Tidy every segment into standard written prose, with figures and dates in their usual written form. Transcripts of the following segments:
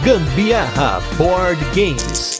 Gambiarra Board Games.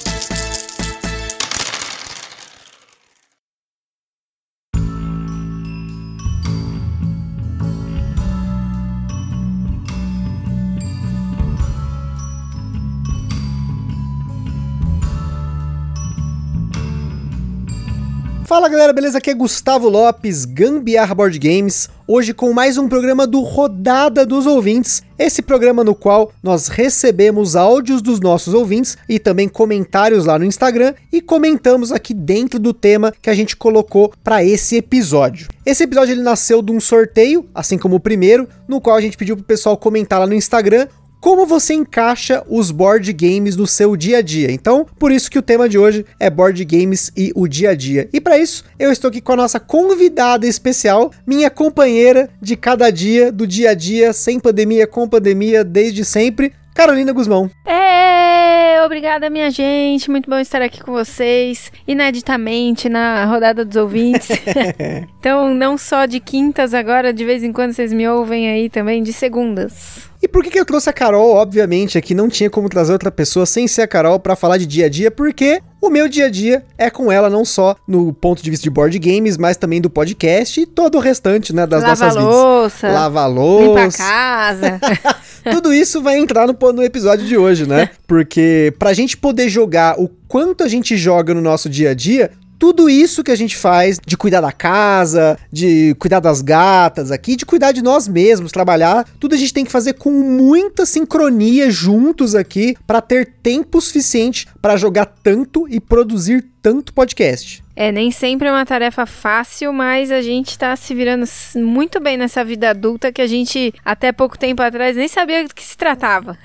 Fala galera, beleza? Aqui é Gustavo Lopes, Gambiarra Board Games, hoje com mais um programa do Rodada dos Ouvintes, esse programa no qual nós recebemos áudios dos nossos ouvintes e também comentários lá no Instagram e comentamos aqui dentro do tema que a gente colocou para esse episódio. Esse episódio ele nasceu de um sorteio, assim como o primeiro, no qual a gente pediu pro pessoal comentar lá no Instagram como você encaixa os board games no seu dia a dia. Então, por isso que o tema de hoje é board games e o dia a dia. E para isso, eu estou aqui com a nossa convidada especial, minha companheira de cada dia, do dia a dia, sem pandemia, com pandemia, desde sempre, Carolina Guzmão. Obrigada, minha gente. Muito bom estar aqui com vocês, ineditamente, na Rodada dos Ouvintes. Então, não só de quintas agora, de vez em quando vocês me ouvem aí também, de segundas. E por que eu trouxe a Carol? Obviamente, aqui não tinha como trazer outra pessoa sem ser a Carol pra falar de dia a dia, porque o meu dia a dia é com ela, não só no ponto de vista de board games, mas também do podcast e todo o restante, né, das nossas vidas. Lava louça, limpa a casa. Tudo isso vai entrar no episódio de hoje, né? Porque pra gente poder jogar o quanto a gente joga no nosso dia a dia, tudo isso que a gente faz, de cuidar da casa, de cuidar das gatas aqui, de cuidar de nós mesmos, trabalhar, tudo a gente tem que fazer com muita sincronia juntos aqui para ter tempo suficiente para jogar tanto e produzir tanto podcast. Nem sempre é uma tarefa fácil, mas a gente tá se virando muito bem nessa vida adulta que a gente, até pouco tempo atrás, nem sabia do que se tratava.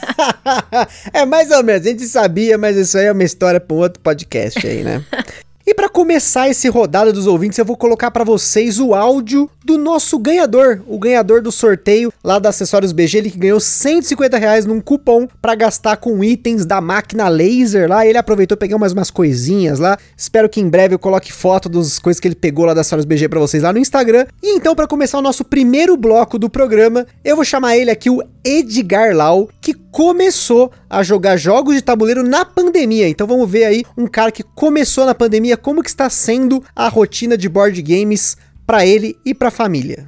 Mais ou menos, a gente sabia, mas isso aí é uma história para um outro podcast aí, né? E para começar esse Rodada dos Ouvintes, eu vou colocar para vocês o áudio do nosso ganhador, o ganhador do sorteio lá da Acessórios BG, ele que ganhou R$150 num cupom para gastar com itens da máquina laser lá, ele aproveitou e pegou mais umas coisinhas lá, espero que em breve eu coloque foto das coisas que ele pegou lá da Acessórios BG para vocês lá no Instagram. E então, para começar o nosso primeiro bloco do programa, eu vou chamar ele aqui, o Edgar Lau, que começou a jogar jogos de tabuleiro na pandemia. Então vamos ver aí um cara que começou na pandemia, como que está sendo a rotina de board games para ele e para a família.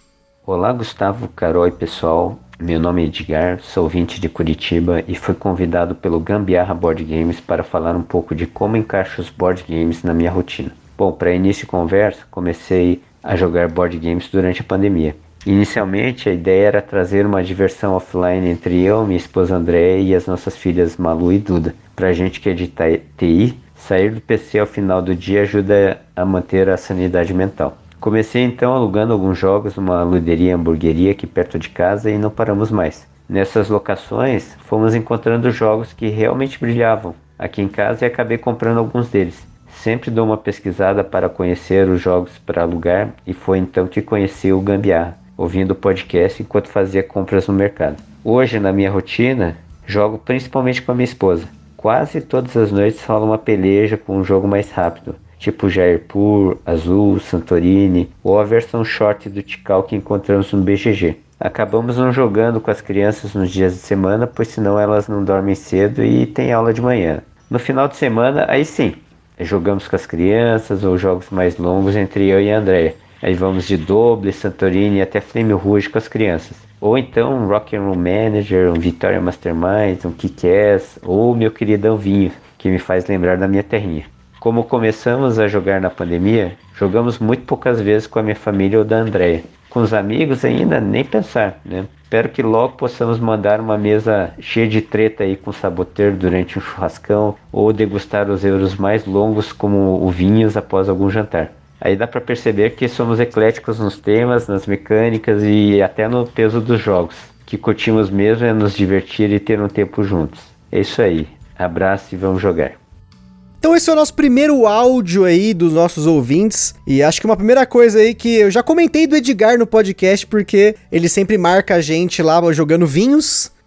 Olá Gustavo, Carol e pessoal, meu nome é Edgar, sou ouvinte de Curitiba e fui convidado pelo Gambiarra Board Games para falar um pouco de como encaixo os board games na minha rotina. Bom, para início de conversa, comecei a jogar board games durante a pandemia. Inicialmente, a ideia era trazer uma diversão offline entre eu, minha esposa Andréia e as nossas filhas Malu e Duda. Pra gente que é de TI, sair do PC ao final do dia ajuda a manter a sanidade mental. Comecei então alugando alguns jogos numa luderia e hamburgueria aqui perto de casa e não paramos mais. Nessas locações, fomos encontrando jogos que realmente brilhavam aqui em casa e acabei comprando alguns deles. Sempre dou uma pesquisada para conhecer os jogos para alugar e foi então que conheci o Gambiarra, ouvindo o podcast enquanto fazia compras no mercado. Hoje, na minha rotina, jogo principalmente com a minha esposa. Quase todas as noites rola uma peleja com um jogo mais rápido, tipo Jaipur, Azul, Santorini, ou a versão short do Tikal que encontramos no BGG. Acabamos não jogando com as crianças nos dias de semana, pois senão elas não dormem cedo e tem aula de manhã. No final de semana, aí sim, jogamos com as crianças ou jogos mais longos entre eu e a Andréia. Aí vamos de Doble, Santorini e até Flame Rouge com as crianças. Ou então um Rock'n'Roll Manager, um Victoria Mastermind, um Kick-Ass, ou meu queridão Vinho, que me faz lembrar da minha terrinha. Como começamos a jogar na pandemia, jogamos muito poucas vezes com a minha família ou da Andréia. Com os amigos ainda nem pensar, né? Espero que logo possamos mandar uma mesa cheia de treta aí com o saboteiro durante um churrascão, ou degustar os euros mais longos como o vinhos após algum jantar. Aí dá para perceber que somos ecléticos nos temas, nas mecânicas e até no peso dos jogos. O que curtimos mesmo é nos divertir e ter um tempo juntos. É isso aí. Abraço e vamos jogar. Então esse é o nosso primeiro áudio aí dos nossos ouvintes, e acho que uma primeira coisa aí que eu já comentei do Edgar no podcast, porque ele sempre marca a gente lá jogando vinhos,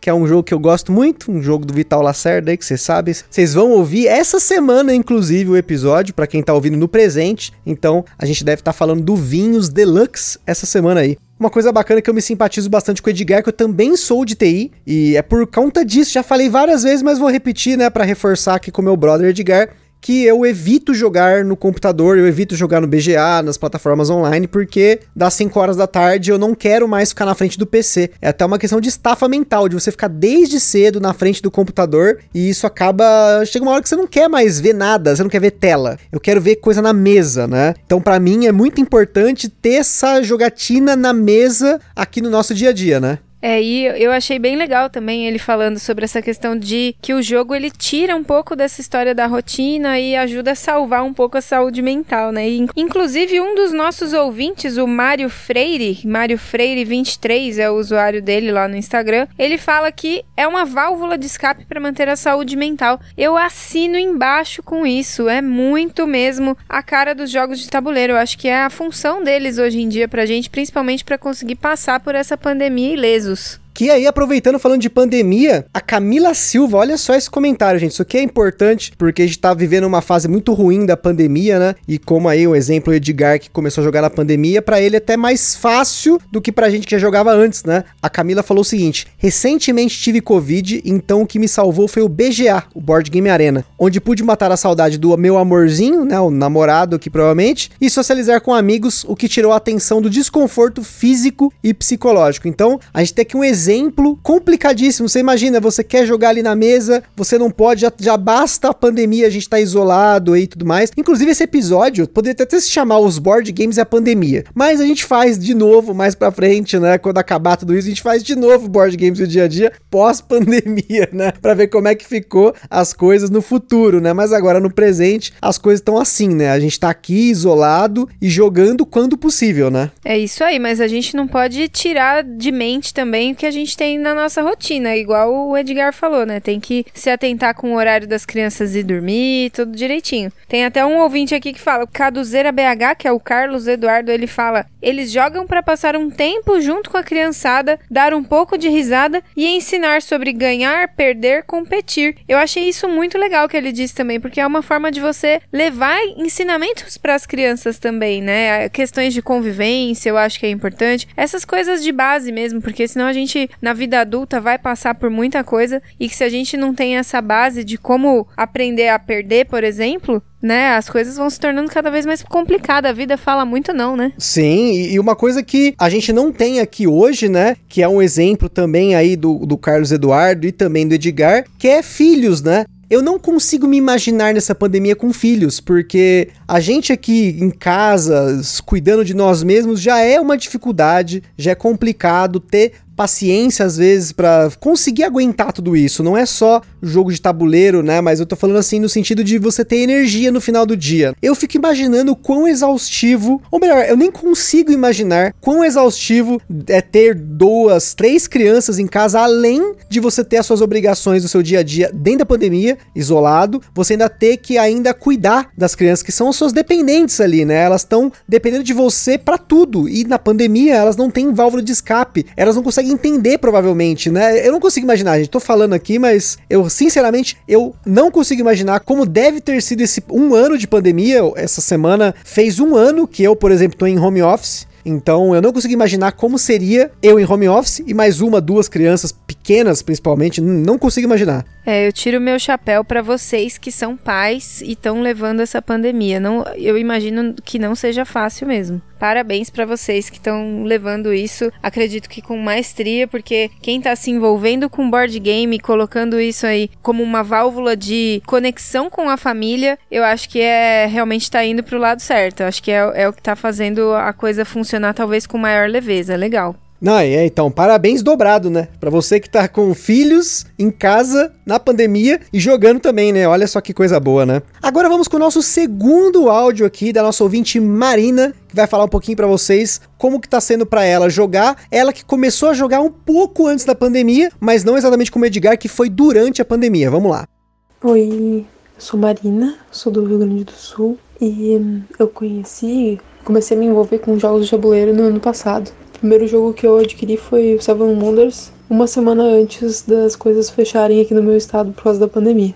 que é um jogo que eu gosto muito, um jogo do Vital Lacerda aí, que vocês sabem. Vocês vão ouvir essa semana, inclusive, o episódio, pra quem tá ouvindo no presente. Então, a gente deve estar falando do Vinhos Deluxe essa semana aí. Uma coisa bacana é que eu me simpatizo bastante com o Edgar, que eu também sou de TI, e é por conta disso, já falei várias vezes, mas vou repetir, né, pra reforçar aqui com o meu brother Edgar, que eu evito jogar no computador, eu evito jogar no BGA, nas plataformas online, porque das 5 horas da tarde eu não quero mais ficar na frente do PC. É até uma questão de estafa mental, de você ficar desde cedo na frente do computador, e isso acaba... Chega uma hora que você não quer mais ver nada, você não quer ver tela. Eu quero ver coisa na mesa, né? Então, pra mim, é muito importante ter essa jogatina na mesa aqui no nosso dia a dia, né? E eu achei bem legal também ele falando sobre essa questão de que o jogo ele tira um pouco dessa história da rotina e ajuda a salvar um pouco a saúde mental, né? E, inclusive, um dos nossos ouvintes, o Mário Freire 23 é o usuário dele lá no Instagram, ele fala que é uma válvula de escape para manter a saúde mental. Eu assino embaixo com isso, é muito mesmo a cara dos jogos de tabuleiro. Eu acho que é a função deles hoje em dia pra gente, principalmente para conseguir passar por essa pandemia ilesos. Que aí, aproveitando, falando de pandemia, a Camila Silva, olha só esse comentário, gente. Isso aqui é importante, porque a gente tá vivendo uma fase muito ruim da pandemia, né? E como aí o exemplo, o Edgar, que começou a jogar na pandemia, pra ele é até mais fácil do que pra gente que já jogava antes, né? A Camila falou o seguinte: recentemente tive Covid, então o que me salvou foi o BGA, o Board Game Arena, onde pude matar a saudade do meu amorzinho, né? O namorado aqui provavelmente, e socializar com amigos, o que tirou a atenção do desconforto físico e psicológico. Então, a gente tem aqui um exemplo complicadíssimo. Você imagina, você quer jogar ali na mesa, você não pode, já basta a pandemia, a gente tá isolado aí e tudo mais. Inclusive, esse episódio poderia até se chamar Os Board Games e a Pandemia, mas a gente faz de novo mais pra frente, né? Quando acabar tudo isso, a gente faz de novo Board Games do dia a dia pós-pandemia, né? Pra ver como é que ficou as coisas no futuro, né? Mas agora no presente, as coisas estão assim, né? A gente tá aqui isolado e jogando quando possível, né? É isso aí, mas a gente não pode tirar de mente também o que a gente tem na nossa rotina, igual o Edgar falou, né? Tem que se atentar com o horário das crianças e dormir, tudo direitinho. Tem até um ouvinte aqui que fala, o Caduzeira BH, que é o Carlos Eduardo, ele fala, eles jogam pra passar um tempo junto com a criançada, dar um pouco de risada e ensinar sobre ganhar, perder, competir. Eu achei isso muito legal que ele disse também, porque é uma forma de você levar ensinamentos pras crianças também, né? Questões de convivência, eu acho que é importante. Essas coisas de base mesmo, porque senão a gente na vida adulta vai passar por muita coisa e que se a gente não tem essa base de como aprender a perder, por exemplo, né, as coisas vão se tornando cada vez mais complicadas. A vida fala muito não, né? Sim, e uma coisa que a gente não tem aqui hoje, né, que é um exemplo também aí do Carlos Eduardo e também do Edgar, que é filhos, né? Eu não consigo me imaginar nessa pandemia com filhos, porque a gente aqui em casa, cuidando de nós mesmos, já é uma dificuldade, já é complicado ter paciência às vezes pra conseguir aguentar tudo isso. Não é só jogo de tabuleiro, né? Mas eu tô falando assim no sentido de você ter energia no final do dia. Eu fico imaginando o quão exaustivo, ou melhor, eu nem consigo imaginar quão exaustivo é ter 2, 3 crianças em casa, além de você ter as suas obrigações do seu dia a dia dentro da pandemia, isolado, você ainda ter que ainda cuidar das crianças que são as suas dependentes ali, né? Elas estão dependendo de você pra tudo, e na pandemia elas não têm válvula de escape, elas não conseguem entender provavelmente, né? Eu não consigo imaginar, gente, tô falando aqui, mas eu sinceramente, eu não consigo imaginar como deve ter sido esse 1 ano de pandemia. Essa semana fez 1 ano que eu, por exemplo, tô em home office. Então, eu não consigo imaginar como seria eu em home office e mais 1, 2 crianças pequenas, principalmente. Não consigo imaginar. Eu tiro meu chapéu pra vocês que são pais e estão levando essa pandemia. Eu imagino que não seja fácil mesmo. Parabéns pra vocês que estão levando isso. Acredito que com maestria, porque quem tá se envolvendo com board game, colocando isso aí como uma válvula de conexão com a família, eu acho que realmente tá indo pro lado certo. Eu acho que é o que tá fazendo a coisa funcionar talvez com maior leveza. Legal. Não, então, parabéns dobrado, né? Pra você que tá com filhos em casa, na pandemia, e jogando também, né? Olha só que coisa boa, né? Agora vamos com o nosso segundo áudio aqui, da nossa ouvinte Marina, que vai falar um pouquinho pra vocês como que tá sendo pra ela jogar. Ela que começou a jogar um pouco antes da pandemia, mas não exatamente como o Edgar, que foi durante a pandemia. Vamos lá. Oi, eu sou Marina, sou do Rio Grande do Sul, e eu comecei a me envolver com jogos de tabuleiro no ano passado. primeiro jogo que eu adquiri foi o Seven Wonders, uma semana antes das coisas fecharem aqui no meu estado por causa da pandemia.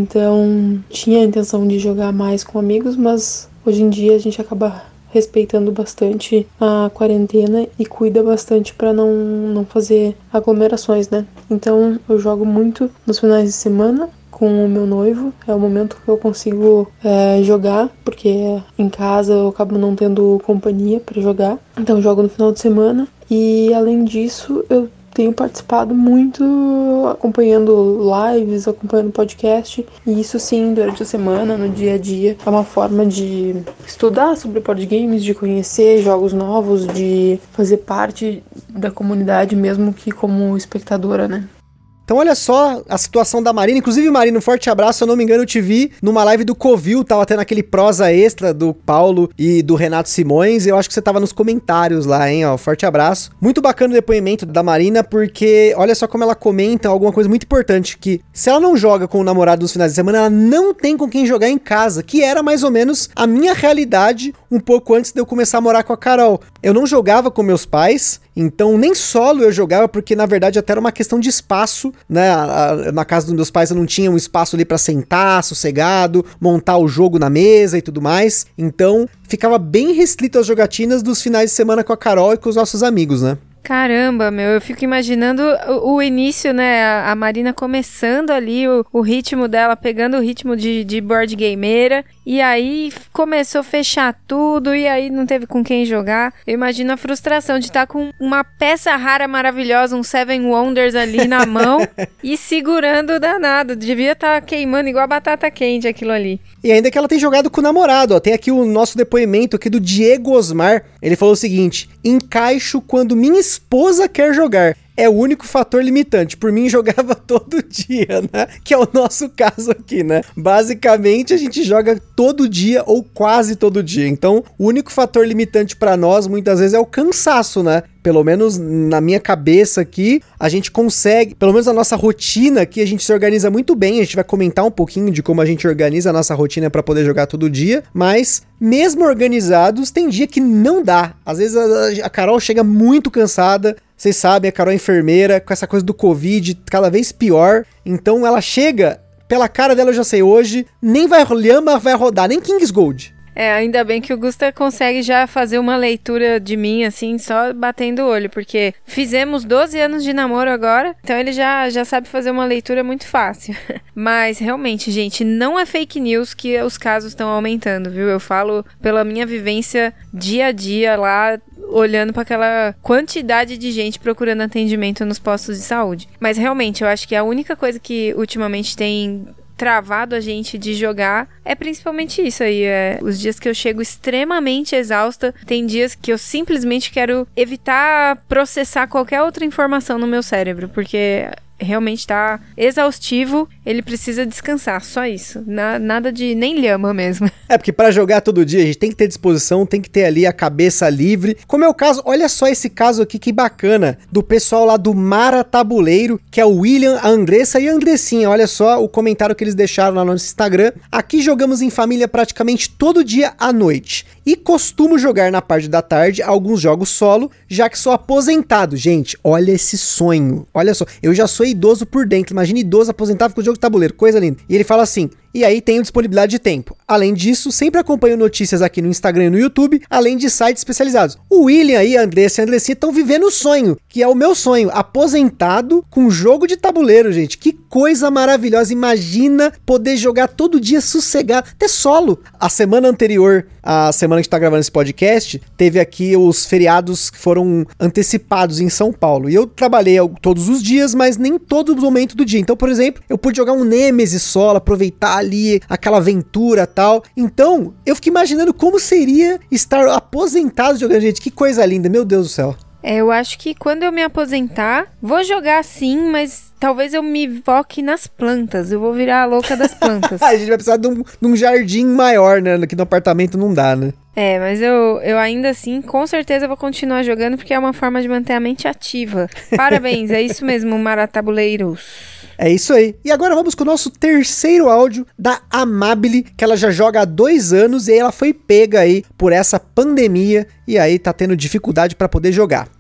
Então, tinha a intenção de jogar mais com amigos, mas hoje em dia a gente acaba respeitando bastante a quarentena e cuida bastante para não fazer aglomerações, né? Então, eu jogo muito nos finais de semana com o meu noivo, é o momento que eu consigo jogar, porque em casa eu acabo não tendo companhia para jogar, então eu jogo no final de semana. E além disso, eu tenho participado muito acompanhando lives, acompanhando podcast, e isso sim, durante a semana, no dia a dia, é uma forma de estudar sobre board games, de conhecer jogos novos, de fazer parte da comunidade mesmo que como espectadora, né? Então olha só a situação da Marina. Inclusive, Marina, um forte abraço. Se eu não me engano, eu te vi numa live do Covil, tava tendo aquele prosa extra do Paulo e do Renato Simões. Eu acho que você tava nos comentários lá, hein? Ó, forte abraço. Muito bacana o depoimento da Marina, porque olha só como ela comenta alguma coisa muito importante, que se ela não joga com o namorado nos finais de semana, ela não tem com quem jogar em casa, que era mais ou menos a minha realidade um pouco antes de eu começar a morar com a Carol. Eu não jogava com meus pais, então nem solo eu jogava, porque na verdade até era uma questão de espaço, né? Na casa dos meus pais eu não tinha um espaço ali pra sentar, sossegado, montar o jogo na mesa e tudo mais. Então ficava bem restrito às jogatinas dos finais de semana com a Carol e com os nossos amigos, né? Caramba, meu, eu fico imaginando o início, né, a Marina começando ali, o ritmo dela, pegando o ritmo de board gameira, e aí começou a fechar tudo, e aí não teve com quem jogar. Eu imagino a frustração de estar com uma peça rara maravilhosa, um Seven Wonders ali na mão, e segurando o danado, devia estar queimando igual a batata quente aquilo ali. E ainda que ela tem jogado com o namorado, ó, tem aqui o nosso depoimento aqui do Diego Osmar, ele falou o seguinte: encaixo quando minha esposa quer jogar. É o único fator limitante. Por mim, jogava todo dia, né? Que é o nosso caso aqui, né? Basicamente, a gente joga todo dia ou quase todo dia. Então, o único fator limitante pra nós, muitas vezes, é o cansaço, né? Pelo menos na minha cabeça aqui, a gente consegue, pelo menos a nossa rotina aqui, a gente se organiza muito bem. A gente vai comentar um pouquinho de como a gente organiza a nossa rotina pra poder jogar todo dia. Mas, mesmo organizados, tem dia que não dá. Às vezes a Carol chega muito cansada. Vocês sabem, a Carol é enfermeira, com essa coisa do Covid, cada vez pior. Então ela chega, pela cara dela eu já sei hoje, nem vai Lhama vai rodar, nem Kingsgold. Ainda bem que o Gusta consegue já fazer uma leitura de mim, assim, só batendo o olho, porque fizemos 12 anos de namoro agora, então ele já sabe fazer uma leitura muito fácil. Mas, realmente, gente, não é fake news que os casos estão aumentando, viu? Eu falo pela minha vivência dia a dia lá, olhando para aquela quantidade de gente procurando atendimento nos postos de saúde. Mas, realmente, eu acho que a única coisa que ultimamente tem travado a gente de jogar é principalmente isso aí, os dias que eu chego extremamente exausta, tem dias que eu simplesmente quero evitar processar qualquer outra informação no meu cérebro, porque realmente tá exaustivo, ele precisa descansar, só isso, nada de nem lhama mesmo. Porque pra jogar todo dia a gente tem que ter disposição, tem que ter ali a cabeça livre, como é o caso, olha só esse caso aqui que bacana, do pessoal lá do Mara Tabuleiro, que é o William, a Andressa e a Andressinha, olha só o comentário que eles deixaram lá no nosso Instagram. Aqui jogamos em família praticamente todo dia à noite, e costumo jogar na parte da tarde alguns jogos solo, já que sou aposentado. Gente, olha esse sonho, olha só, eu já sou idoso por dentro, imagina idoso aposentado com o jogo de tabuleiro, coisa linda. E ele fala assim: e aí tenho disponibilidade de tempo. Além disso, sempre acompanho notícias aqui no Instagram e no YouTube, além de sites especializados. O William aí, a Andressa e a Andressinha estão vivendo o sonho, que é o meu sonho, aposentado com jogo de tabuleiro, gente. Que coisa maravilhosa, imagina poder jogar todo dia sossegado, até solo. A semana anterior, a semana que a gente tá gravando esse podcast, teve aqui os feriados que foram antecipados em São Paulo. E eu trabalhei todos os dias, mas nem todo momento do dia. Então, por exemplo, eu pude jogar um Nemesis solo, aproveitar ali aquela aventura e tal. Então, eu fiquei imaginando como seria estar aposentado jogando, gente. Que coisa linda, meu Deus do céu. Eu acho que quando eu me aposentar, vou jogar sim, mas talvez eu me foque nas plantas. Eu vou virar a louca das plantas. A gente vai precisar de um jardim maior, né? Aqui no apartamento não dá, né? Mas eu ainda assim, com certeza vou continuar jogando, porque é uma forma de manter a mente ativa. Parabéns, é isso mesmo, Maratabuleiros. É isso aí. E agora vamos com o nosso terceiro áudio da Amabile, que ela já joga há 2 anos e aí ela foi pega aí por essa pandemia e aí tá tendo dificuldade para poder jogar.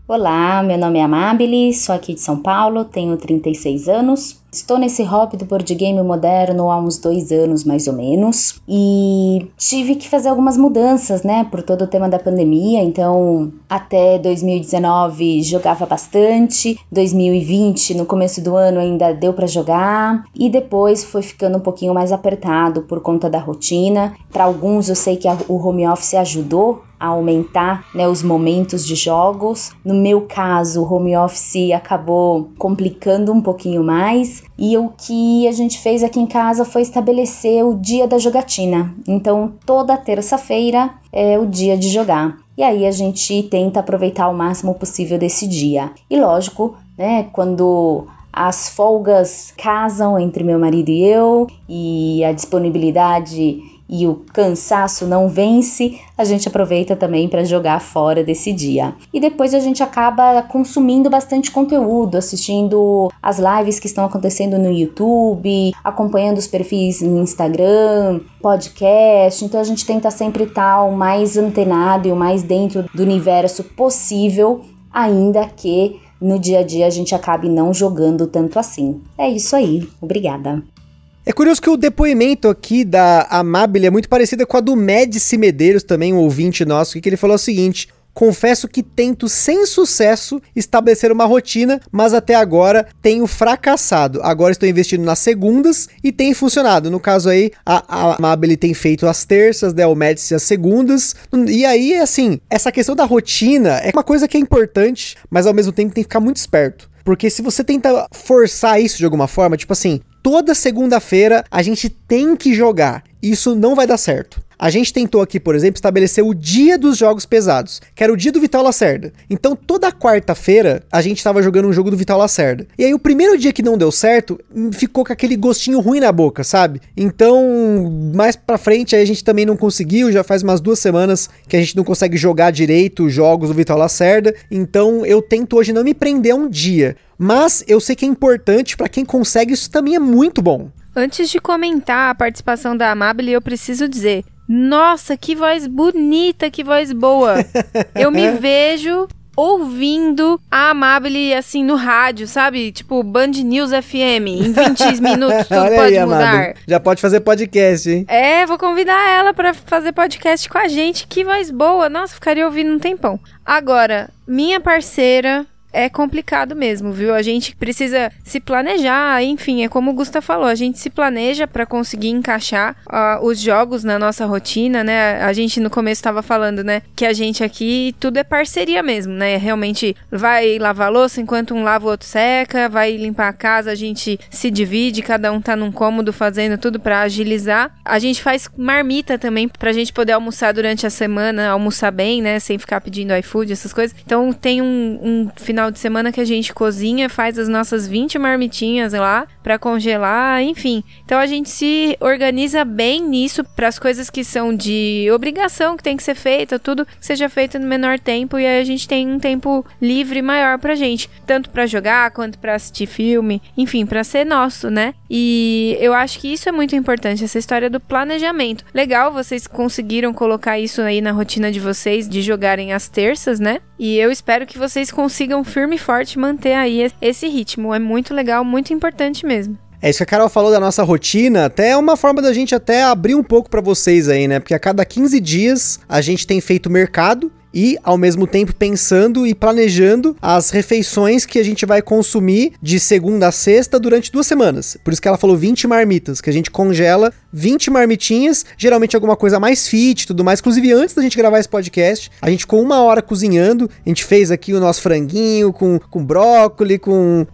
Olá, meu nome é Amabile, sou aqui de São Paulo, tenho 36 anos. Estou nesse hobby do board game moderno há uns 2 anos, mais ou menos. E tive que fazer algumas mudanças, né, por todo o tema da pandemia. Então, até 2019 jogava bastante. 2020, no começo do ano, ainda deu para jogar. E depois foi ficando um pouquinho mais apertado por conta da rotina. Para alguns, eu sei que o home office ajudou a aumentar, né, os momentos de jogos. No meu caso, o home office acabou complicando um pouquinho mais, e o que a gente fez aqui em casa foi estabelecer o dia da jogatina. Então, toda terça-feira é o dia de jogar. E aí a gente tenta aproveitar o máximo possível desse dia. E lógico, né, quando as folgas casam entre meu marido e eu, e a disponibilidade e o cansaço não vence, a gente aproveita também para jogar fora desse dia. E depois a gente acaba consumindo bastante conteúdo, assistindo as lives que estão acontecendo no YouTube, acompanhando os perfis no Instagram, podcast. Então a gente tenta sempre estar o mais antenado e o mais dentro do universo possível, ainda que no dia a dia a gente acabe não jogando tanto assim. É isso aí, obrigada. É curioso que o depoimento aqui da Amabile é muito parecido com a do Médici Medeiros, também um ouvinte nosso, que ele falou o seguinte: confesso que tento sem sucesso estabelecer uma rotina, mas até agora tenho fracassado. Agora estou investindo nas segundas e tem funcionado. No caso aí, a Amabile tem feito as terças, né, o Médici as segundas. E aí, assim, essa questão da rotina é uma coisa que é importante, mas ao mesmo tempo tem que ficar muito esperto. Porque se você tenta forçar isso de alguma forma, tipo assim, toda segunda-feira a gente tem que jogar, isso não vai dar certo. A gente tentou aqui, por exemplo, estabelecer o dia dos jogos pesados, que era o dia do Vital Lacerda. Então, toda quarta-feira, a gente tava jogando um jogo do Vital Lacerda. E aí, o primeiro dia que não deu certo, ficou com aquele gostinho ruim na boca, sabe? Então, mais pra frente, aí a gente também não conseguiu, já faz umas 2 semanas que a gente não consegue jogar direito os jogos do Vital Lacerda. Então, eu tento hoje não me prender a um dia. Mas, eu sei que é importante, pra quem consegue, isso também é muito bom. Antes de comentar a participação da Amabile, eu preciso dizer: nossa, que voz bonita, que voz boa. Eu me vejo ouvindo a Amabile, assim, no rádio, sabe? Tipo, Band News FM, em 20 minutos tudo Olha pode aí, mudar. Amabile. Já pode fazer podcast, hein? É, vou convidar ela pra fazer podcast com a gente. Que voz boa. Nossa, ficaria ouvindo um tempão. Agora, minha parceira... é complicado mesmo, viu? A gente precisa se planejar, enfim, é como o Gusta falou, a gente se planeja para conseguir encaixar os jogos na nossa rotina, né? A gente no começo estava falando, né, que a gente aqui tudo é parceria mesmo, né? Realmente vai lavar a louça enquanto um lava o outro seca, vai limpar a casa, a gente se divide, cada um tá num cômodo fazendo tudo para agilizar. A gente faz marmita também pra gente poder almoçar durante a semana, almoçar bem, né, sem ficar pedindo iFood, essas coisas. Então tem um final de semana que a gente cozinha, faz as nossas 20 marmitinhas lá pra congelar, enfim. Então a gente se organiza bem nisso para as coisas que são de obrigação, que tem que ser feita, tudo que seja feito no menor tempo, e aí a gente tem um tempo livre maior pra gente, tanto pra jogar quanto pra assistir filme, enfim, pra ser nosso, né? E eu acho que isso é muito importante, essa história do planejamento. Legal, vocês conseguiram colocar isso aí na rotina de vocês, de jogarem às terças, né? E eu espero que vocês consigam firme e forte manter aí esse ritmo. É muito legal, muito importante mesmo. É isso que a Carol falou da nossa rotina, até é uma forma da gente até abrir um pouco pra vocês aí, né? Porque a cada 15 dias a gente tem feito mercado e, ao mesmo tempo, pensando e planejando as refeições que a gente vai consumir de segunda a sexta durante 2 semanas. Por isso que ela falou 20 marmitas, que a gente congela 20 marmitinhas, geralmente alguma coisa mais fit e tudo mais. Inclusive, antes da gente gravar esse podcast, a gente ficou 1 hora cozinhando, a gente fez aqui o nosso franguinho com brócolis, com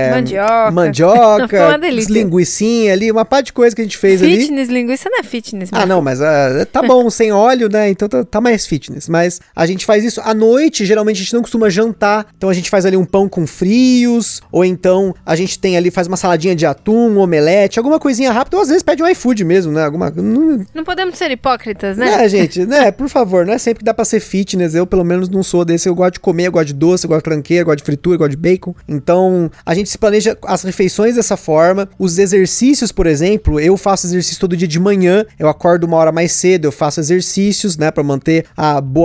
mandioca, uma delícia. linguicinha ali, uma par de coisa que a gente fez ali. Fitness, linguiça não é fitness. Ah, não, mas tá bom, sem óleo, né? Então tá mais fitness. Mas a gente faz isso à noite, geralmente a gente não costuma jantar, então a gente faz ali um pão com frios, ou então a gente tem ali, faz uma saladinha de atum, um omelete, alguma coisinha rápida, ou às vezes pede um iFood mesmo, né? Não podemos ser hipócritas, né? É, gente, né? Por favor, não é sempre que dá pra ser fitness, eu pelo menos não sou desse, eu gosto de comer, eu gosto de doce, eu gosto de tranqueira, eu gosto de fritura, eu gosto de bacon, então a gente se planeja as refeições dessa forma, os exercícios, por exemplo, eu faço exercício todo dia de manhã, eu acordo 1 hora mais cedo, eu faço exercícios, né, pra manter a boa forma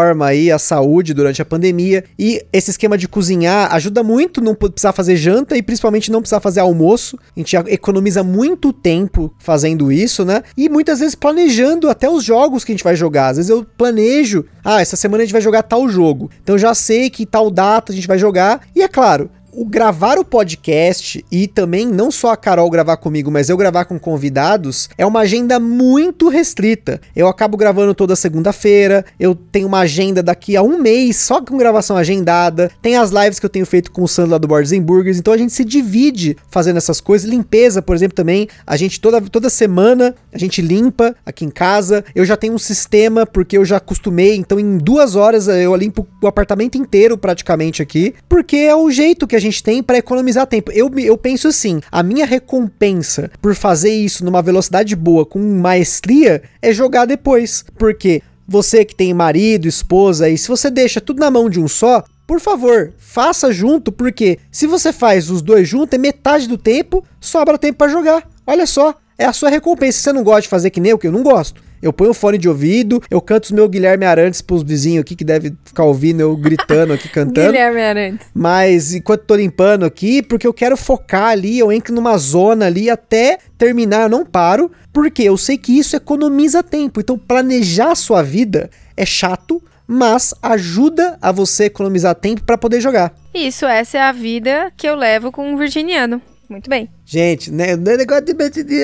forma aí a saúde durante a pandemia. E esse esquema de cozinhar ajuda muito não precisar fazer janta e principalmente não precisar fazer almoço. A gente economiza muito tempo fazendo isso, né? E muitas vezes planejando até os jogos que a gente vai jogar. Às vezes eu planejo, essa semana a gente vai jogar tal jogo. Então já sei que tal data a gente vai jogar. E é claro, o gravar o podcast e também não só a Carol gravar comigo, mas eu gravar com convidados, é uma agenda muito restrita. Eu acabo gravando toda segunda-feira, eu tenho uma agenda daqui a um mês só com gravação agendada, tem as lives que eu tenho feito com o Sandro lá do Boards & Burgers, então a gente se divide fazendo essas coisas. Limpeza, por exemplo, também, a gente toda semana a gente limpa aqui em casa. Eu já tenho um sistema, porque eu já acostumei, então em 2 horas eu limpo o apartamento inteiro praticamente aqui, porque é o jeito que a gente tem para economizar tempo. Eu penso assim, a minha recompensa por fazer isso numa velocidade boa, com maestria, é jogar depois. Porque você que tem marido, esposa, e se você deixa tudo na mão de um só, por favor, faça junto, porque se você faz os dois juntos, é metade do tempo, sobra tempo para jogar. Olha só, é a sua recompensa. Se você não gosta de fazer que nem eu, que eu não gosto, eu ponho o fone de ouvido, eu canto os meus Guilherme Arantes pros vizinhos aqui, que deve ficar ouvindo eu gritando aqui, cantando. Guilherme Arantes. Mas enquanto tô limpando aqui, porque eu quero focar ali, eu entro numa zona ali até terminar, eu não paro, porque eu sei que isso economiza tempo. Então planejar a sua vida é chato, mas ajuda a você economizar tempo pra poder jogar. Isso, essa é a vida que eu levo com um virginiano. Muito bem. Gente, né, não é negócio de...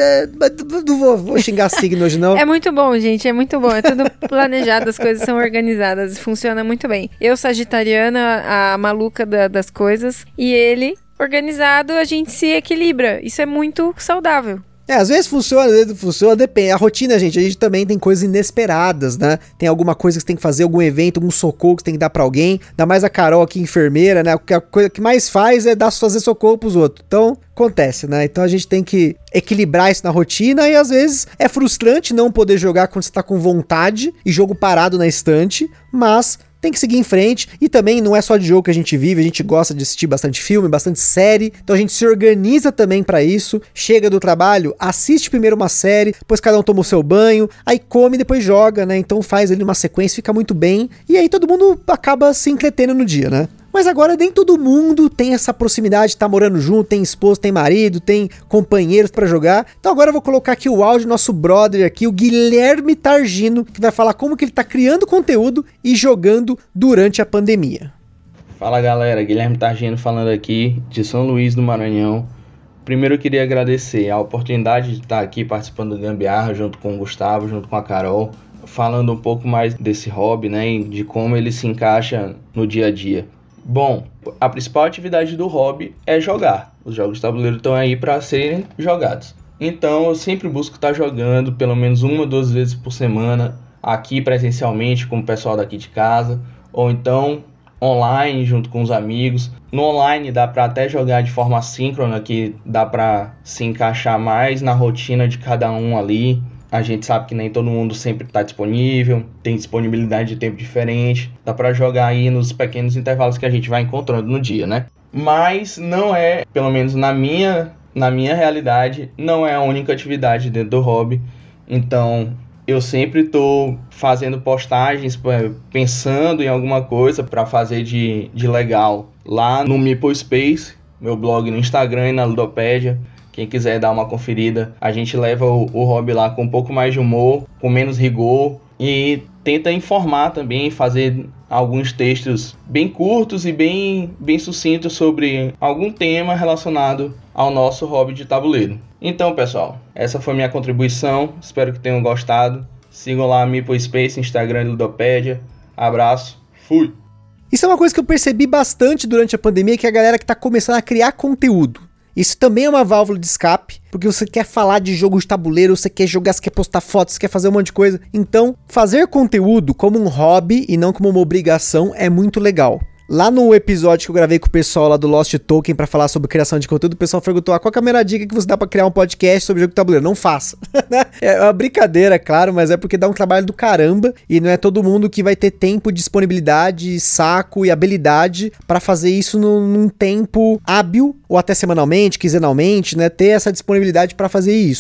Não vou xingar signo hoje, não. É muito bom, gente, é muito bom. É tudo planejado, as coisas são organizadas, funciona muito bem. Eu, sagitariana, a maluca das coisas, e ele, organizado, a gente se equilibra. Isso é muito saudável. Às vezes funciona, às vezes não funciona, depende. A rotina, gente, a gente também tem coisas inesperadas, né? Tem alguma coisa que você tem que fazer, algum evento, algum socorro que você tem que dar pra alguém. Ainda mais a Carol aqui, enfermeira, né? A coisa que mais faz é fazer socorro pros outros. Então, acontece, né? Então a gente tem que equilibrar isso na rotina e às vezes é frustrante não poder jogar quando você tá com vontade e jogo parado na estante, mas tem que seguir em frente. E também não é só de jogo que a gente vive, a gente gosta de assistir bastante filme, bastante série, então a gente se organiza também pra isso. Chega do trabalho, assiste primeiro uma série, depois cada um toma o seu banho, aí come e depois joga, né? Então faz ali uma sequência, fica muito bem, e aí todo mundo acaba se entretendo no dia, né? Mas agora nem todo mundo tem essa proximidade, tá morando junto, tem esposo, tem marido, tem companheiros pra jogar. Então agora eu vou colocar aqui o áudio do nosso brother aqui, o Guilherme Targino, que vai falar como que ele tá criando conteúdo e jogando durante a pandemia. Fala galera, Guilherme Targino falando aqui de São Luís do Maranhão. Primeiro eu queria agradecer a oportunidade de estar aqui participando do Gambiarra junto com o Gustavo, junto com a Carol, falando um pouco mais desse hobby, né, e de como ele se encaixa no dia a dia. Bom, a principal atividade do hobby é jogar. Os jogos de tabuleiro estão aí para serem jogados. Então eu sempre busco estar jogando pelo menos 1 ou 2 vezes por semana, aqui presencialmente com o pessoal daqui de casa, ou então online junto com os amigos. No online dá para até jogar de forma assíncrona, que dá para se encaixar mais na rotina de cada um ali. A gente sabe que nem todo mundo sempre está disponível, tem disponibilidade de tempo diferente, dá para jogar aí nos pequenos intervalos que a gente vai encontrando no dia, né? Mas não é, pelo menos na minha realidade, não é a única atividade dentro do hobby. Então eu sempre estou fazendo postagens, pensando em alguma coisa para fazer de legal lá no Meeple Space, meu blog no Instagram e na Ludopédia. Quem quiser dar uma conferida, a gente leva o hobby lá com um pouco mais de humor, com menos rigor e tenta informar também, fazer alguns textos bem curtos e bem sucintos sobre algum tema relacionado ao nosso hobby de tabuleiro. Então, pessoal, essa foi minha contribuição, espero que tenham gostado. Sigam lá a Meeple Space, Instagram e Ludopédia. Abraço, fui! Isso é uma coisa que eu percebi bastante durante a pandemia, que é a galera que tá começando a criar conteúdo. Isso também é uma válvula de escape, porque você quer falar de jogo de tabuleiro, você quer jogar, você quer postar fotos, você quer fazer um monte de coisa. Então, fazer conteúdo como um hobby e não como uma obrigação é muito legal. Lá no episódio que eu gravei com o pessoal lá do Lost Token pra falar sobre criação de conteúdo, o pessoal perguntou, qual que é a melhor dica que você dá pra criar um podcast sobre jogo de tabuleiro? Não faça. É uma brincadeira, claro, mas é porque dá um trabalho do caramba e não é todo mundo que vai ter tempo, disponibilidade, saco e habilidade pra fazer isso num tempo hábil, ou até semanalmente, quinzenalmente, né? Ter essa disponibilidade pra fazer isso.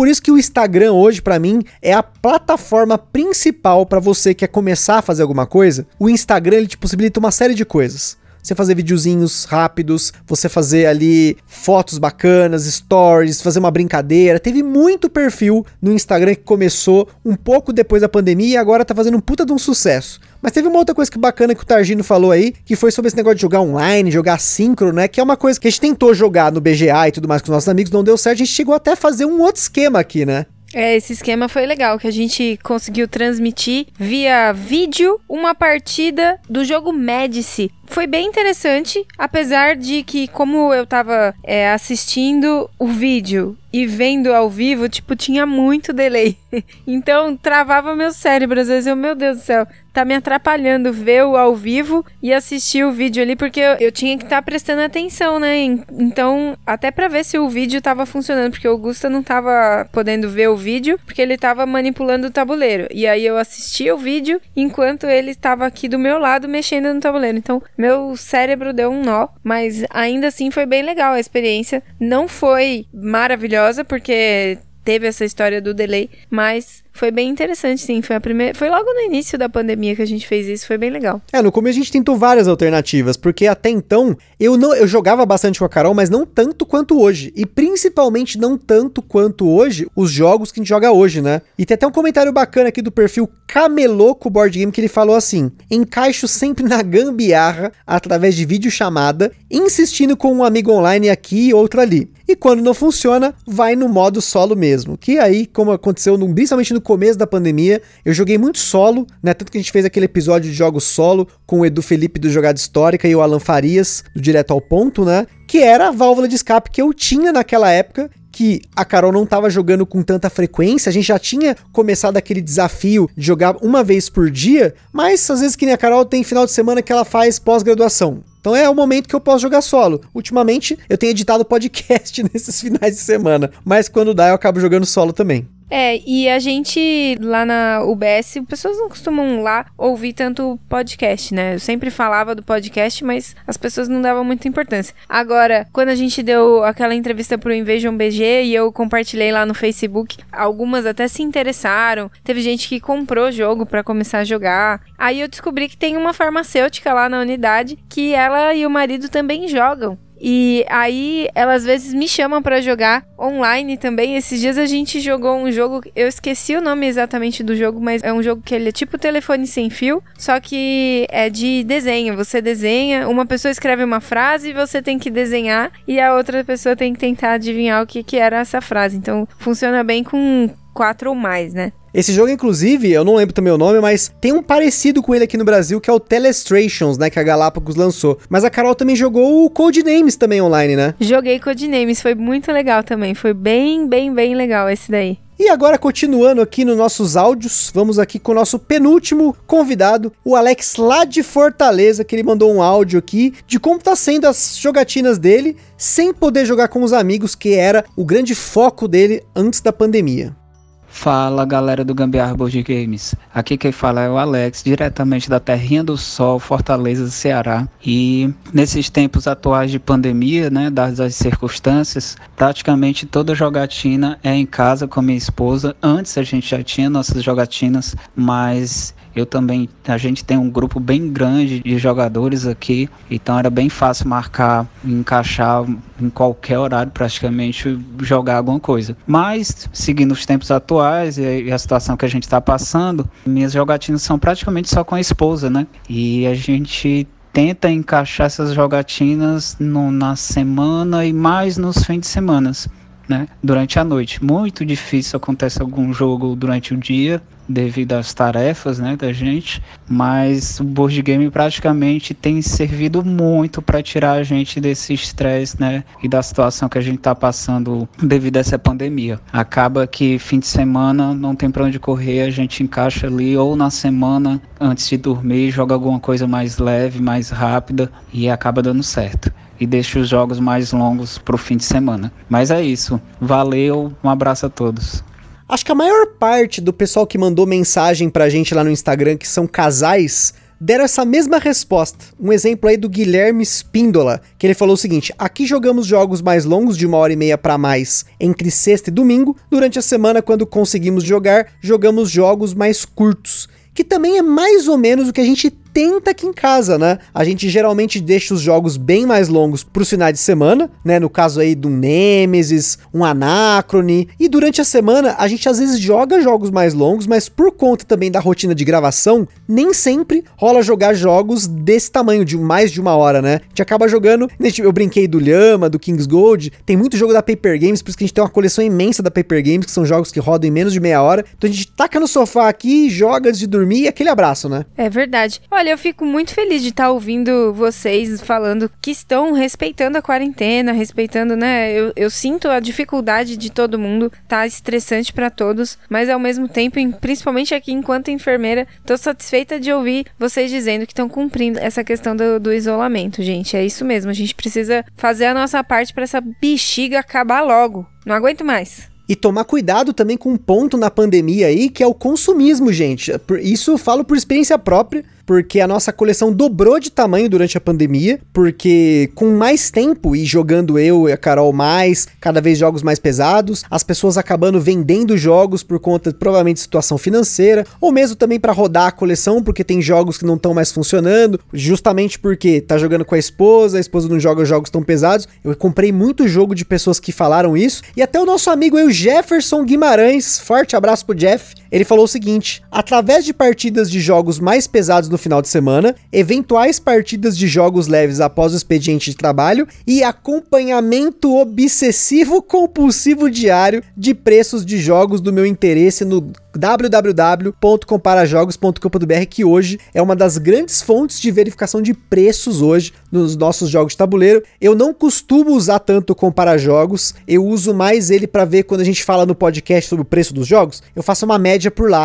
por isso que o Instagram hoje, pra mim, é a plataforma principal pra você que quer começar a fazer alguma coisa. O Instagram, ele te possibilita uma série de coisas. Você fazer videozinhos rápidos, você fazer ali fotos bacanas, stories, fazer uma brincadeira. Teve muito perfil no Instagram que começou um pouco depois da pandemia e agora tá fazendo um puta de um sucesso. Mas teve uma outra coisa que bacana que o Targino falou aí, que foi sobre esse negócio de jogar online, jogar síncrono, né? Que é uma coisa que a gente tentou jogar no BGA e tudo mais com os nossos amigos, não deu certo. A gente chegou até a fazer um outro esquema aqui, né? Esse esquema foi legal, que a gente conseguiu transmitir via vídeo uma partida do jogo Médici. Foi bem interessante, apesar de que, como eu tava assistindo o vídeo e vendo ao vivo, tipo, tinha muito delay. Então, travava meu cérebro. Às vezes meu Deus do céu, tá me atrapalhando ver o ao vivo e assistir o vídeo ali, porque eu tinha que estar prestando atenção, né? Então, até pra ver se o vídeo tava funcionando, porque o Gusta não tava podendo ver o vídeo, porque ele tava manipulando o tabuleiro. E aí eu assistia o vídeo enquanto ele estava aqui do meu lado mexendo no tabuleiro. Então, meu cérebro deu um nó, mas ainda assim foi bem legal a experiência. Não foi maravilhosa, porque teve essa história do delay, mas foi bem interessante, sim. Foi logo no início da pandemia que a gente fez isso, foi bem legal. No começo a gente tentou várias alternativas, porque até então eu jogava bastante com a Carol, mas não tanto quanto hoje. E principalmente não tanto quanto hoje os jogos que a gente joga hoje, né? E tem até um comentário bacana aqui do perfil Cameloco Board Game que ele falou assim: encaixo sempre na gambiarra através de videochamada, insistindo com um amigo online aqui e outro ali. E quando não funciona, vai no modo solo mesmo. Que aí, como aconteceu principalmente no começo da pandemia, eu joguei muito solo, né? Tanto que a gente fez aquele episódio de jogos solo com o Edu Felipe do Jogada Histórica e o Alan Farias do Direto ao Ponto, né? Que era a válvula de escape que eu tinha naquela época, que a Carol não tava jogando com tanta frequência. A gente já tinha começado aquele desafio de jogar uma vez por dia, mas às vezes que nem a Carol tem final de semana que ela faz pós-graduação. Então é o momento que eu posso jogar solo. Ultimamente eu tenho editado podcast nesses finais de semana, mas quando dá eu acabo jogando solo também. E a gente, lá na UBS, pessoas não costumam lá ouvir tanto podcast, né? Eu sempre falava do podcast, mas as pessoas não davam muita importância. Agora, quando a gente deu aquela entrevista pro Invasion BG e eu compartilhei lá no Facebook, algumas até se interessaram. Teve gente que comprou o jogo pra começar a jogar. Aí eu descobri que tem uma farmacêutica lá na unidade que ela e o marido também jogam. E aí, ela às vezes me chama pra jogar online também. Esses dias a gente jogou um jogo, eu esqueci o nome exatamente do jogo, mas é um jogo que ele é tipo telefone sem fio, só que é de desenho. Você desenha, uma pessoa escreve uma frase e você tem que desenhar, e a outra pessoa tem que tentar adivinhar o que era essa frase. Então, funciona bem com 4 ou mais, né? Esse jogo, inclusive, eu não lembro também o nome, mas tem um parecido com ele aqui no Brasil, que é o Telestrations, né, que a Galápagos lançou. Mas a Carol também jogou o Codenames também online, né? Joguei Codenames, foi muito legal também, foi bem legal esse daí. E agora, continuando aqui nos nossos áudios, vamos aqui com o nosso penúltimo convidado, o Alex lá de Fortaleza, que ele mandou um áudio aqui de como tá sendo as jogatinas dele, sem poder jogar com os amigos, que era o grande foco dele antes da pandemia. Fala galera do Gambiarra Board Games, aqui quem fala é o Alex, diretamente da Terrinha do Sol, Fortaleza, Ceará. E nesses tempos atuais de pandemia, né, dadas as circunstâncias, praticamente toda jogatina é em casa com a minha esposa. Antes a gente já tinha nossas jogatinas, mas a gente tem um grupo bem grande de jogadores aqui, então era bem fácil marcar, encaixar em qualquer horário praticamente, jogar alguma coisa. Mas, seguindo os tempos atuais e a situação que a gente está passando, minhas jogatinas são praticamente só com a esposa, né? E a gente tenta encaixar essas jogatinas na semana e mais nos fins de semana, né? Durante a noite. Muito difícil acontece algum jogo durante o dia, devido às tarefas, né, da gente, mas o board game praticamente tem servido muito para tirar a gente desse estresse, né, e da situação que a gente está passando devido a essa pandemia. Acaba que fim de semana não tem para onde correr, a gente encaixa ali, ou na semana antes de dormir joga alguma coisa mais leve, mais rápida, e acaba dando certo. E deixa os jogos mais longos para o fim de semana. Mas é isso, valeu, um abraço a todos. Acho que a maior parte do pessoal que mandou mensagem pra gente lá no Instagram, que são casais, deram essa mesma resposta. Um exemplo aí do Guilherme Spíndola, que ele falou o seguinte: aqui jogamos jogos mais longos de 1h30 para mais entre sexta e domingo. Durante a semana, quando conseguimos jogar, jogamos jogos mais curtos, que também é mais ou menos o que a gente tenta aqui em casa, né? A gente geralmente deixa os jogos bem mais longos pros finais de semana, né? No caso aí do Nemesis, um Anacrone. E durante a semana, a gente às vezes joga jogos mais longos, mas por conta também da rotina de gravação, nem sempre rola jogar jogos desse tamanho, de mais de 1 hora, né? A gente acaba jogando, eu brinquei do Lhama, do King's Gold, tem muito jogo da Paper Games, por isso que a gente tem uma coleção imensa da Paper Games, que são jogos que rodam em menos de meia hora. Então a gente taca no sofá aqui, joga antes de dormir e aquele abraço, né? É verdade. Olha, eu fico muito feliz de estar ouvindo vocês falando que estão respeitando a quarentena, respeitando, né? Eu sinto a dificuldade de todo mundo, tá estressante pra todos, mas ao mesmo tempo, principalmente aqui enquanto enfermeira, tô satisfeita de ouvir vocês dizendo que estão cumprindo essa questão do isolamento, gente. É isso mesmo, a gente precisa fazer a nossa parte pra essa bexiga acabar logo. Não aguento mais. E tomar cuidado também com um ponto na pandemia aí, que é o consumismo, gente. Isso eu falo por experiência própria, porque a nossa coleção dobrou de tamanho durante a pandemia, porque com mais tempo e jogando eu e a Carol mais, cada vez jogos mais pesados, as pessoas acabando vendendo jogos por conta provavelmente de situação financeira, ou mesmo também para rodar a coleção, porque tem jogos que não estão mais funcionando, justamente porque tá jogando com a esposa não joga jogos tão pesados. Eu comprei muito jogo de pessoas que falaram isso, e até o nosso amigo aí, o Jefferson Guimarães, forte abraço pro Jeff, ele falou o seguinte: através de partidas de jogos mais pesados no final de semana, eventuais partidas de jogos leves após o expediente de trabalho e acompanhamento obsessivo compulsivo diário de preços de jogos do meu interesse no www.comparajogos.com.br, que hoje é uma das grandes fontes de verificação de preços hoje nos nossos jogos de tabuleiro. Eu não costumo usar tanto o Comparajogos, eu uso mais ele para ver quando a gente fala no podcast sobre o preço dos jogos, eu faço uma média por lá,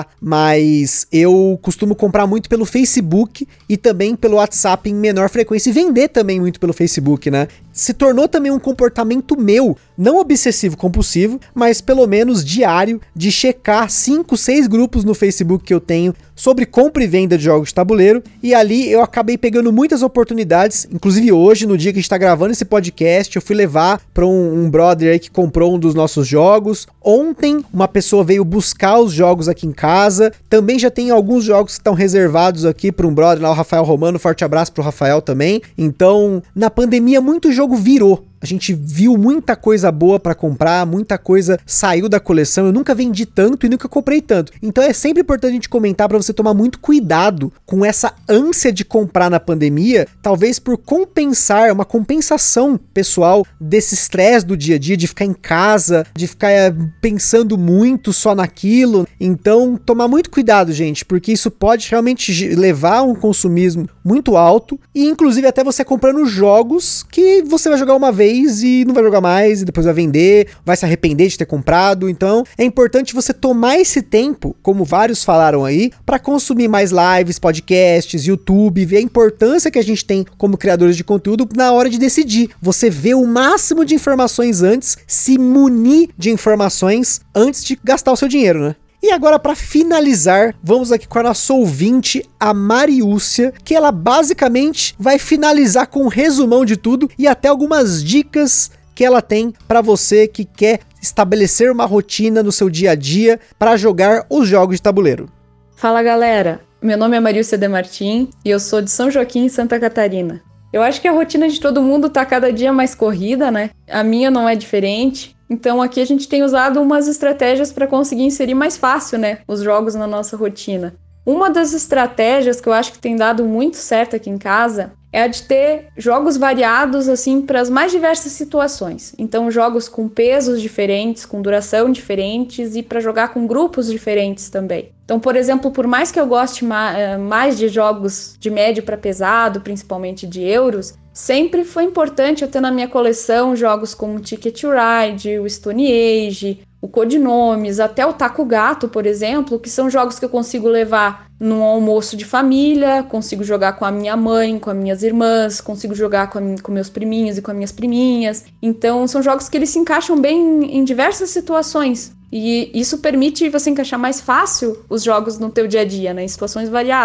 mas eu costumo comprar muito pelo Facebook e também pelo WhatsApp em menor frequência, e vender também muito pelo Facebook, né? Se tornou também um comportamento meu, não obsessivo compulsivo, mas pelo menos diário, de checar 5, 6 grupos no Facebook que eu tenho sobre compra e venda de jogos de tabuleiro, e ali eu acabei pegando muitas oportunidades. Inclusive hoje, no dia que a gente tá gravando esse podcast, eu fui levar para um brother aí que comprou um dos nossos jogos. Ontem uma pessoa veio buscar os jogos aqui em casa, também já tem alguns jogos que estão reservados aqui para um brother lá, o Rafael Romano, forte abraço pro Rafael também. Então, na pandemia muito jogo virou. A gente viu muita coisa boa pra comprar, muita coisa saiu da coleção. Eu nunca vendi tanto e nunca comprei tanto. Então é sempre importante a gente comentar pra você tomar muito cuidado com essa ânsia de comprar na pandemia, talvez por compensar, uma compensação pessoal desse estresse do dia a dia, de ficar em casa, de ficar pensando muito só naquilo. Então tomar muito cuidado, gente, porque isso pode realmente levar a um consumismo muito alto, e inclusive até você comprando jogos que você vai jogar uma vez e não vai jogar mais, e depois vai vender, vai se arrepender de ter comprado. Então é importante você tomar esse tempo, como vários falaram aí, para consumir mais lives, podcasts, YouTube, ver a importância que a gente tem como criadores de conteúdo na hora de decidir. Você vê o máximo de informações antes, se munir de informações antes de gastar o seu dinheiro, né? E agora, para finalizar, vamos aqui com a nossa ouvinte, a Mariúcia, que ela basicamente vai finalizar com um resumão de tudo e até algumas dicas que ela tem para você que quer estabelecer uma rotina no seu dia a dia para jogar os jogos de tabuleiro. Fala, galera! Meu nome é Mariúcia de Martim e eu sou de São Joaquim, Santa Catarina. Eu acho que a rotina de todo mundo tá cada dia mais corrida, né? A minha não é diferente. Então aqui a gente tem usado umas estratégias para conseguir inserir mais fácil, né, os jogos na nossa rotina. Uma das estratégias que eu acho que tem dado muito certo aqui em casa é a de ter jogos variados assim para as mais diversas situações. Então jogos com pesos diferentes, com duração diferentes e para jogar com grupos diferentes também. Então, por exemplo, por mais que eu goste mais de jogos de médio para pesado, principalmente de euros, sempre foi importante eu ter na minha coleção jogos como Ticket to Ride, o Stone Age, o Codinomes, até o Taco Gato, por exemplo, que são jogos que eu consigo levar num almoço de família, consigo jogar com a minha mãe, com as minhas irmãs, consigo jogar com meus priminhos e com as minhas priminhas. Então, são jogos que eles se encaixam bem em diversas situações. E isso permite você encaixar mais fácil os jogos no teu dia a dia, né, em situações variadas.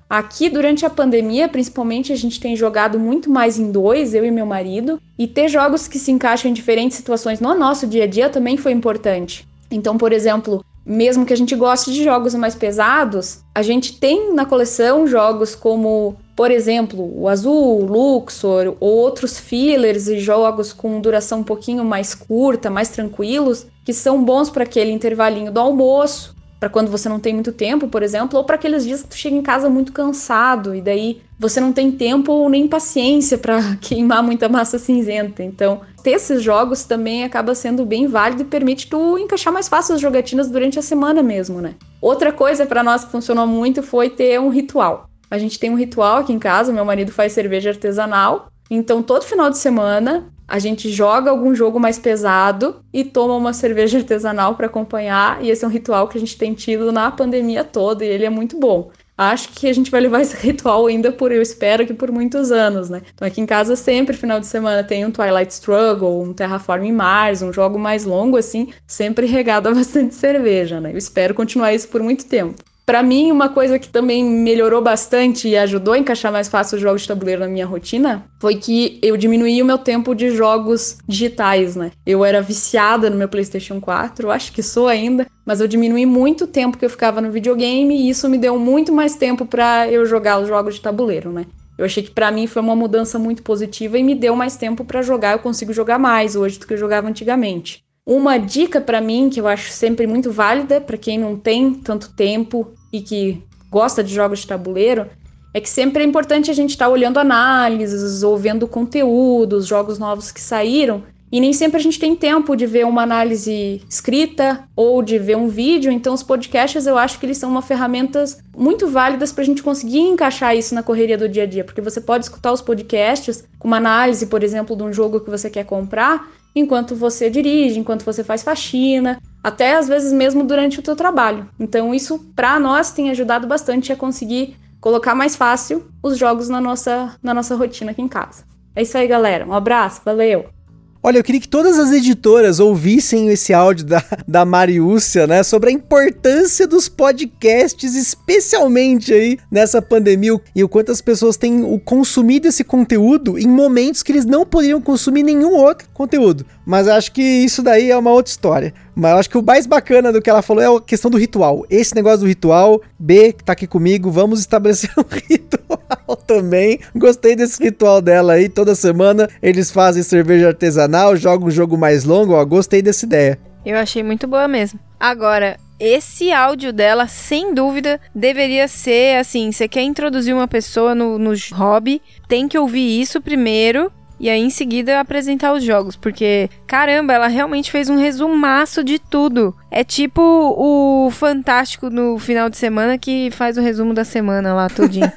Aqui, durante a pandemia, principalmente, a gente tem jogado muito mais em 2, eu e meu marido, e ter jogos que se encaixam em diferentes situações no nosso dia a dia também foi importante. Então, por exemplo, mesmo que a gente goste de jogos mais pesados, a gente tem na coleção jogos como, por exemplo, o Azul, o Luxor, ou outros fillers e jogos com duração um pouquinho mais curta, mais tranquilos, que são bons para aquele intervalinho do almoço, para quando você não tem muito tempo, por exemplo, ou para aqueles dias que tu chega em casa muito cansado e daí você não tem tempo ou nem paciência para queimar muita massa cinzenta. Então, ter esses jogos também acaba sendo bem válido e permite tu encaixar mais fácil as jogatinas durante a semana mesmo, né? Outra coisa para nós que funcionou muito foi ter um ritual. A gente tem um ritual aqui em casa, meu marido faz cerveja artesanal, então todo final de semana a gente joga algum jogo mais pesado e toma uma cerveja artesanal para acompanhar, e esse é um ritual que a gente tem tido na pandemia toda e ele é muito bom. Acho que a gente vai levar esse ritual ainda eu espero que por muitos anos, né? Então aqui em casa sempre, final de semana, tem um Twilight Struggle, um Terraforming Mars, um jogo mais longo assim, sempre regado a bastante cerveja, né? Eu espero continuar isso por muito tempo. Para mim, uma coisa que também melhorou bastante e ajudou a encaixar mais fácil os jogos de tabuleiro na minha rotina foi que eu diminuí o meu tempo de jogos digitais, né? Eu era viciada no meu PlayStation 4, eu acho que sou ainda, mas eu diminuí muito o tempo que eu ficava no videogame e isso me deu muito mais tempo para eu jogar os jogos de tabuleiro, né? Eu achei que pra mim foi uma mudança muito positiva e me deu mais tempo para jogar, eu consigo jogar mais hoje do que eu jogava antigamente. Uma dica para mim, que eu acho sempre muito válida para quem não tem tanto tempo e que gosta de jogos de tabuleiro, é que sempre é importante a gente estar olhando análises ou vendo conteúdos, jogos novos que saíram, e nem sempre a gente tem tempo de ver uma análise escrita ou de ver um vídeo, então os podcasts eu acho que eles são uma ferramentas muito válidas para a gente conseguir encaixar isso na correria do dia a dia, porque você pode escutar os podcasts com uma análise, por exemplo, de um jogo que você quer comprar, enquanto você dirige, enquanto você faz faxina, até às vezes mesmo durante o teu trabalho. Então isso, para nós, tem ajudado bastante a conseguir colocar mais fácil os jogos na nossa rotina aqui em casa. É isso aí, galera. Um abraço, valeu! Olha, eu queria que todas as editoras ouvissem esse áudio da Mariúcia, né, sobre a importância dos podcasts, especialmente aí nessa pandemia, e o quanto as pessoas têm consumido esse conteúdo em momentos que eles não poderiam consumir nenhum outro conteúdo. Mas acho que isso daí é uma outra história. Mas eu acho que o mais bacana do que ela falou é a questão do ritual. Esse negócio do ritual, B, que tá aqui comigo, vamos estabelecer um ritual também. Gostei desse ritual dela aí, toda semana eles fazem cerveja artesanal, jogam um jogo mais longo, ó, gostei dessa ideia. Eu achei muito boa mesmo. Agora, esse áudio dela, sem dúvida, deveria ser assim, você quer introduzir uma pessoa no hobby, tem que ouvir isso primeiro, e aí em seguida apresentar os jogos, porque, caramba, ela realmente fez um resumaço de tudo. É tipo o Fantástico no final de semana que faz o resumo da semana lá, tudinho.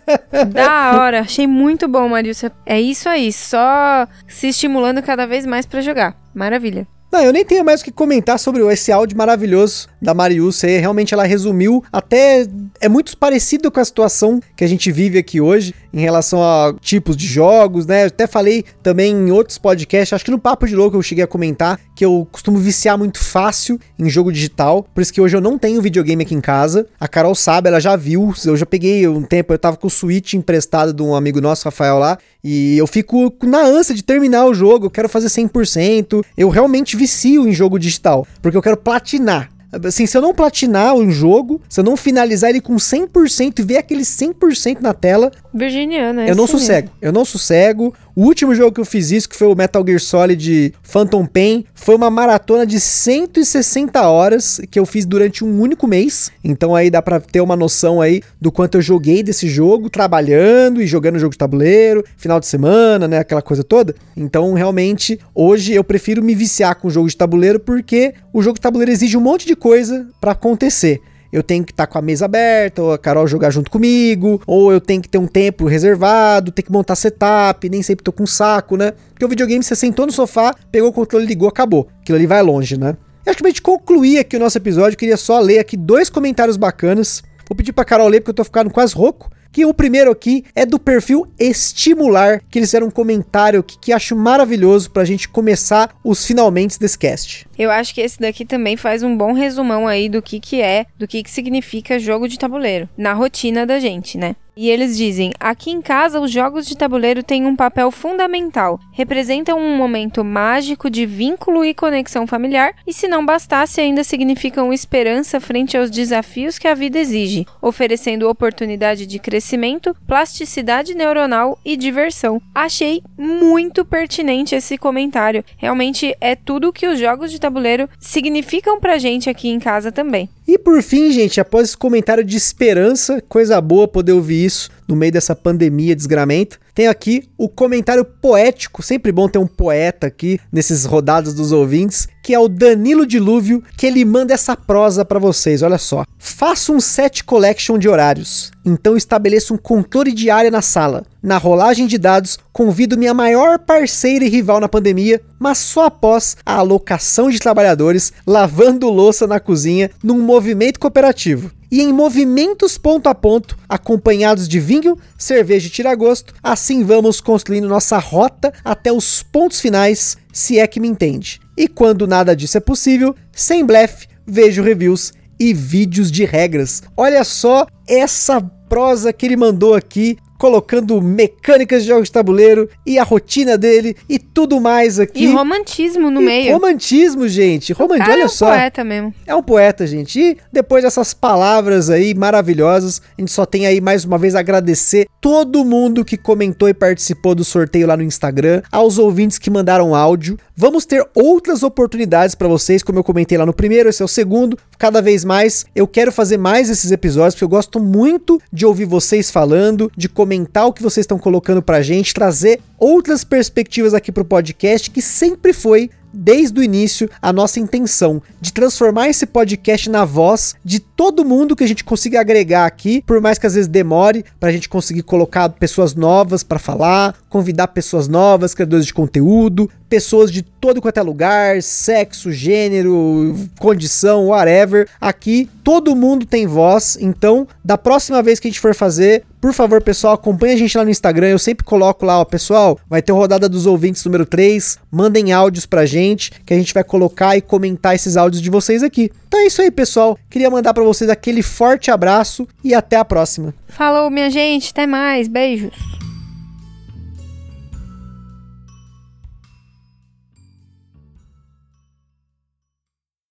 Da hora, achei muito bom, Mariúcia. É isso aí, só se estimulando cada vez mais pra jogar. Maravilha. Não, eu nem tenho mais o que comentar sobre esse áudio maravilhoso da Mariúcia. Realmente ela resumiu, até é muito parecido com a situação que a gente vive aqui hoje, em relação a tipos de jogos, né? Eu até falei também em outros podcasts, acho que no Papo de Louco eu cheguei a comentar que eu costumo viciar muito fácil em jogo digital, por isso que hoje eu não tenho videogame aqui em casa. A Carol sabe, ela já viu, eu já peguei um tempo, eu tava com o Switch emprestado de um amigo nosso, Rafael, lá, e eu fico na ânsia de terminar o jogo, eu quero fazer 100%, eu realmente vicio em jogo digital, porque eu quero platinar. Assim, se eu não platinar um jogo, se eu não finalizar ele com 100% e ver aquele 100% na tela, virginiana, eu não sossego. Eu não sossego. O último jogo que eu fiz isso, que foi o Metal Gear Solid Phantom Pain, foi uma maratona de 160 horas que eu fiz durante um único mês. Então aí dá pra ter uma noção aí do quanto eu joguei desse jogo, trabalhando e jogando jogo de tabuleiro, final de semana, né, aquela coisa toda. Então realmente, hoje eu prefiro me viciar com o jogo de tabuleiro, porque o jogo de tabuleiro exige um monte de coisa pra acontecer. Eu tenho que estar com a mesa aberta, ou a Carol jogar junto comigo, ou eu tenho que ter um tempo reservado, ter que montar setup, nem sempre tô com saco, né? Porque o videogame, você sentou no sofá, pegou o controle, ligou, acabou. Aquilo ali vai longe, né? E acho que pra gente concluir aqui o nosso episódio, eu queria só ler aqui 2 comentários bacanas. Vou pedir pra Carol ler, porque eu tô ficando quase rouco. que o primeiro aqui é do perfil Estimular, que eles fizeram um comentário que acho maravilhoso pra gente começar os finalmente desse cast. Eu acho que esse daqui também faz um bom resumão aí do que significa jogo de tabuleiro, na rotina da gente, né? E eles dizem, aqui em casa os jogos de tabuleiro têm um papel fundamental, representam um momento mágico de vínculo e conexão familiar, e se não bastasse ainda significam esperança frente aos desafios que a vida exige, oferecendo oportunidade de crescimento, plasticidade neuronal e diversão. Achei muito pertinente esse comentário, realmente é tudo que os jogos de tabuleiro significam pra gente aqui em casa também. E por fim, gente, após esse comentário de esperança, coisa boa poder ouvir isso no meio dessa pandemia desgramento, tem aqui o comentário poético, sempre bom ter um poeta aqui nesses rodados dos ouvintes, que é o Danilo Dilúvio, que ele manda essa prosa pra vocês, olha só. Faço um set collection de horários, então estabeleço um controle de área na sala. Na rolagem de dados, convido minha maior parceira e rival na pandemia, mas só após a alocação de trabalhadores lavando louça na cozinha num movimento cooperativo. E em movimentos ponto a ponto, acompanhados de vinho, cerveja e tira-gosto, assim vamos construindo nossa rota até os pontos finais, se é que me entende. E quando nada disso é possível, sem blefe, vejo reviews e vídeos de regras. Olha só essa prosa que ele mandou aqui, colocando mecânicas de jogos de tabuleiro e a rotina dele e tudo mais aqui. E romantismo no meio. Romantismo, gente. Olha só. É um poeta mesmo. É um poeta, gente. E depois dessas palavras aí maravilhosas, a gente só tem aí mais uma vez agradecer todo mundo que comentou e participou do sorteio lá no Instagram, aos ouvintes que mandaram áudio. Vamos ter outras oportunidades pra vocês, como eu comentei lá no primeiro, esse é o segundo. Cada vez mais, eu quero fazer mais esses episódios, porque eu gosto muito de ouvir vocês falando, de comentar o que vocês estão colocando pra gente, trazer outras perspectivas aqui pro podcast, que sempre foi, desde o início, a nossa intenção de transformar esse podcast na voz de todo mundo que a gente consiga agregar aqui, por mais que às vezes demore pra gente conseguir colocar pessoas novas pra falar, convidar pessoas novas, criadores de conteúdo, pessoas de todo quanto é lugar, sexo, gênero, condição, whatever. Aqui todo mundo tem voz, então da próxima vez que a gente for fazer, por favor, pessoal, acompanha a gente lá no Instagram, eu sempre coloco lá, ó, pessoal, vai ter o Rodada dos Ouvintes número 3, mandem áudios pra gente, que a gente vai colocar e comentar esses áudios de vocês aqui. Então é isso aí, pessoal, queria mandar pra vocês aquele forte abraço e até a próxima. Falou, minha gente, até mais, beijos.